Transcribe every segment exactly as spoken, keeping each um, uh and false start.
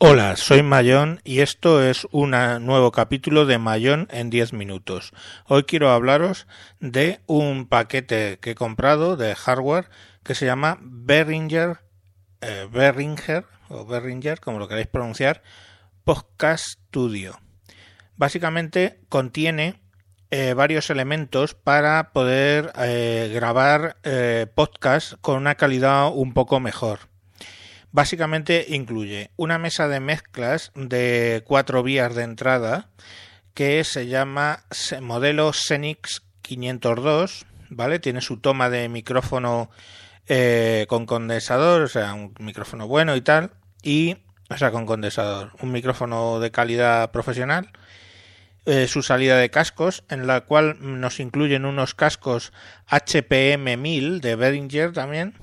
Hola, soy Mayón y esto es un nuevo capítulo de Mayón en diez minutos. Hoy quiero hablaros de un paquete que he comprado de hardware que se llama Behringer, eh, Behringer o Behringer, como lo queráis pronunciar, Podcast Studio. Básicamente contiene eh, varios elementos para poder eh, grabar eh, podcast con una calidad un poco mejor. Básicamente incluye una mesa de mezclas de cuatro vías de entrada que se llama modelo Xenix quinientos dos, ¿vale? Tiene su toma de micrófono eh, con condensador, o sea, un micrófono bueno y tal, y, o sea, con condensador, un micrófono de calidad profesional, eh, su salida de cascos, en la cual nos incluyen unos cascos H P M mil de Behringer también,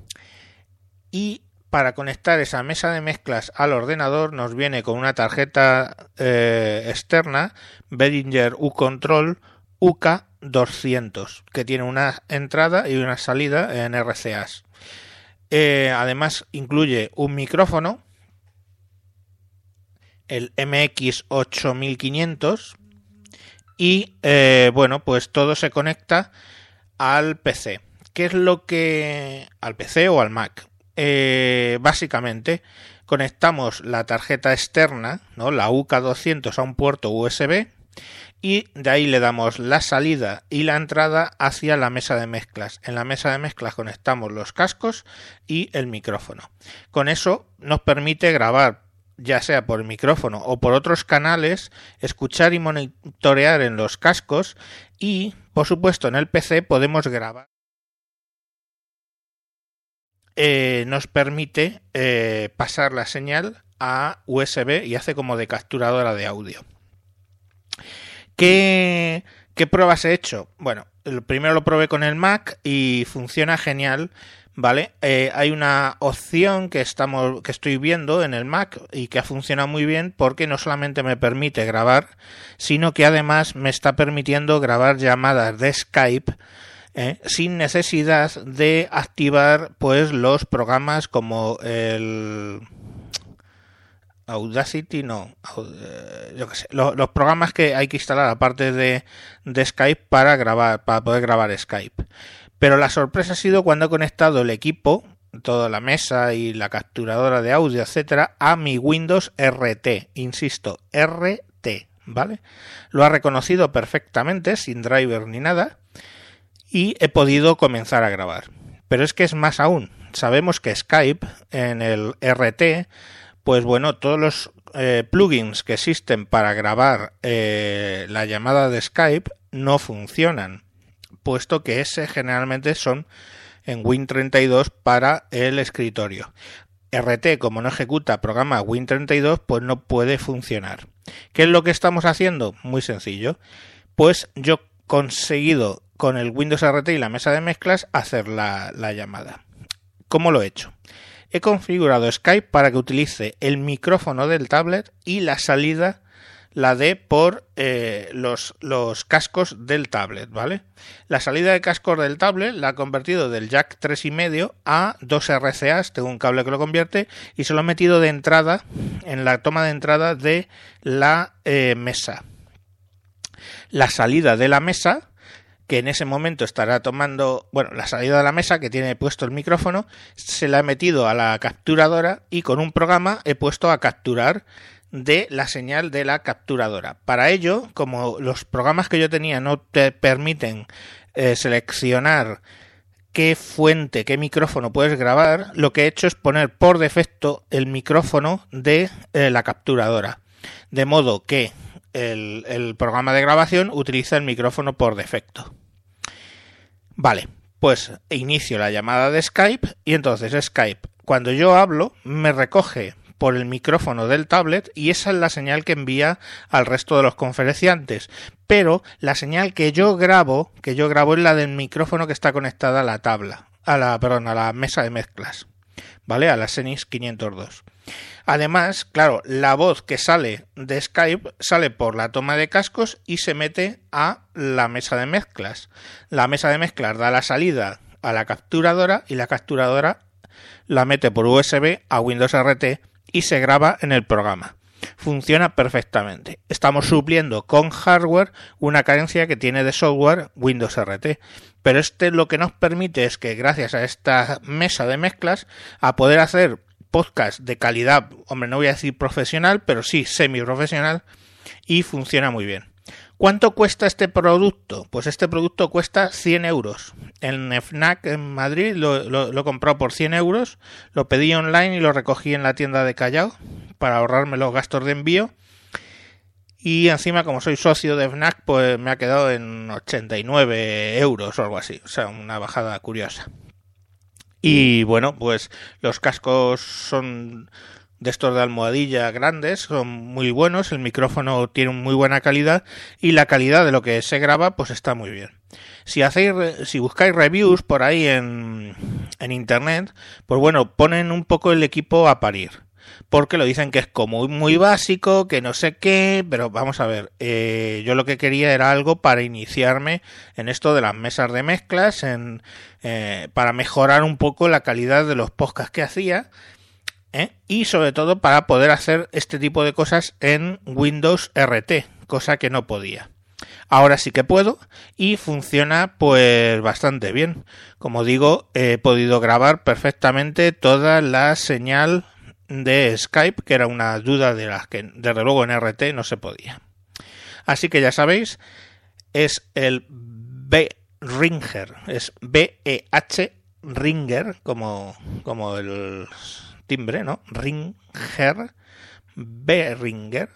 y para conectar esa mesa de mezclas al ordenador nos viene con una tarjeta eh, externa Behringer U-Control U K doscientos, que tiene una entrada y una salida en R C As. Eh, además incluye un micrófono, el M X ocho mil quinientos, y eh, bueno, pues todo se conecta al P C. ¿Qué es lo que... al P C o al Mac? Eh, básicamente conectamos la tarjeta externa, ¿no? La U K doscientos a un puerto U S B y de ahí le damos la salida y la entrada hacia la mesa de mezclas. En la mesa de mezclas conectamos los cascos y el micrófono. Con eso nos permite grabar, ya sea por el micrófono o por otros canales, escuchar y monitorear en los cascos y, por supuesto, en el P C podemos grabar. Eh, nos permite eh, pasar la señal a U S B y hace como de capturadora de audio. ¿Qué, qué pruebas he hecho? Bueno, el primero lo probé con el Mac y funciona genial, ¿vale? Eh, hay una opción que, estamos, que estoy viendo en el Mac y que ha funcionado muy bien porque no solamente me permite grabar, sino que además me está permitiendo grabar llamadas de Skype Eh, sin necesidad de activar pues los programas como el Audacity, no, yo qué sé, los, los programas que hay que instalar aparte de, de Skype para grabar, para poder grabar Skype. Pero la sorpresa ha sido cuando he conectado el equipo, toda la mesa y la capturadora de audio, etcétera, a mi Windows R T, insisto, R T, ¿vale? Lo ha reconocido perfectamente, sin driver ni nada. Y he podido comenzar a grabar. Pero es que es más aún. Sabemos que Skype en el R T, pues bueno, todos los eh, plugins que existen para grabar eh, la llamada de Skype no funcionan, puesto que ese generalmente son en Win treinta y dos para el escritorio. R T, como no ejecuta programa Win treinta y dos, pues no puede funcionar. ¿Qué es lo que estamos haciendo? Muy sencillo. Pues yo he conseguido con el Windows R T y la mesa de mezclas hacer la, la llamada. ¿Cómo lo he hecho? He configurado Skype para que utilice el micrófono del tablet y la salida la dé por eh, los, los cascos del tablet, ¿vale? La salida de cascos del tablet la he convertido del jack tres y medio a dos R C As, tengo un cable que lo convierte, y se lo he metido de entrada, en la toma de entrada de la eh, mesa. La salida de la mesa, que en ese momento estará tomando, bueno, la salida de la mesa que tiene puesto el micrófono, se la he metido a la capturadora y con un programa he puesto a capturar de la señal de la capturadora. Para ello, como los programas que yo tenía no te permiten eh, seleccionar qué fuente, qué micrófono puedes grabar, lo que he hecho es poner por defecto el micrófono de eh, la capturadora. De modo que el, el programa de grabación utiliza el micrófono por defecto. Vale, pues inicio la llamada de Skype y entonces Skype, cuando yo hablo, me recoge por el micrófono del tablet y esa es la señal que envía al resto de los conferenciantes. Pero la señal que yo grabo, que yo grabo es la del micrófono que está conectada a la tabla, a la, perdón, a la mesa de mezclas, ¿vale? A la Xenix quinientos dos. Además, claro, la voz que sale de Skype sale por la toma de cascos y se mete a la mesa de mezclas. La mesa de mezclas da la salida a la capturadora y la capturadora la mete por U S B a Windows R T y se graba en el programa. Funciona perfectamente. Estamos supliendo con hardware una carencia que tiene de software Windows R T. Pero este lo que nos permite es que gracias a esta mesa de mezclas a poder hacer podcast de calidad, hombre, no voy a decir profesional, pero sí semi-profesional, y funciona muy bien. ¿Cuánto cuesta este producto? Pues este producto cuesta cien euros. En FNAC en Madrid lo, lo, lo he comprado por cien euros, lo pedí online y lo recogí en la tienda de Callao para ahorrarme los gastos de envío. Y encima, como soy socio de FNAC, pues me ha quedado en ochenta y nueve euros o algo así. O sea, una bajada curiosa. Y bueno, pues los cascos son de estos de almohadilla grandes, son muy buenos, el micrófono tiene muy buena calidad y la calidad de lo que se graba pues está muy bien. Si hacéis, si buscáis reviews por ahí en, en internet, pues bueno, ponen un poco el equipo a parir. Porque lo dicen que es como muy básico, que no sé qué, pero vamos a ver, eh, yo lo que quería era algo para iniciarme en esto de las mesas de mezclas, en, eh, para mejorar un poco la calidad de los podcasts que hacía, ¿eh? Y sobre todo para poder hacer este tipo de cosas en Windows R T, cosa que no podía. Ahora sí que puedo y funciona pues bastante bien. Como digo, he podido grabar perfectamente toda la señal de Skype, que era una duda de las que desde luego en R T no se podía. Así que ya sabéis, es el Behringer, es B E H Ringer, como, como el timbre, ¿no? Ringer, Behringer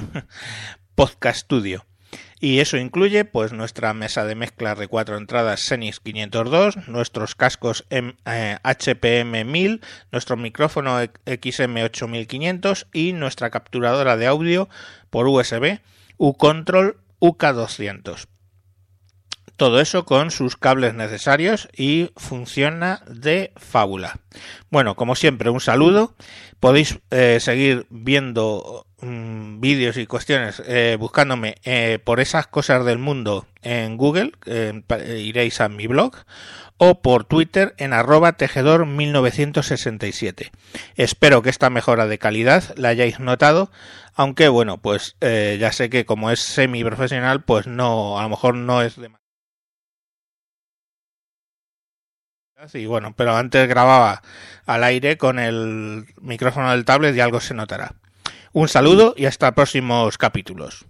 Podcast Studio. Y eso incluye pues nuestra mesa de mezclas de cuatro entradas Xenix quinientos dos, nuestros cascos M, eh, H P M mil, nuestro micrófono X M ocho mil quinientos y nuestra capturadora de audio por U S B U-Control U K doscientos. Todo eso con sus cables necesarios y funciona de fábula. Bueno, como siempre, un saludo. Podéis eh, seguir viendo mmm, vídeos y cuestiones eh, buscándome eh, por esas cosas del mundo en Google, eh, iréis a mi blog, o por Twitter en arroba tejedor mil novecientos sesenta y siete. Espero que esta mejora de calidad la hayáis notado, aunque bueno, pues eh, ya sé que como es semi profesional, pues no, a lo mejor no es de... Sí, bueno, pero antes grababa al aire con el micrófono del tablet y algo se notará. Un saludo y hasta próximos capítulos.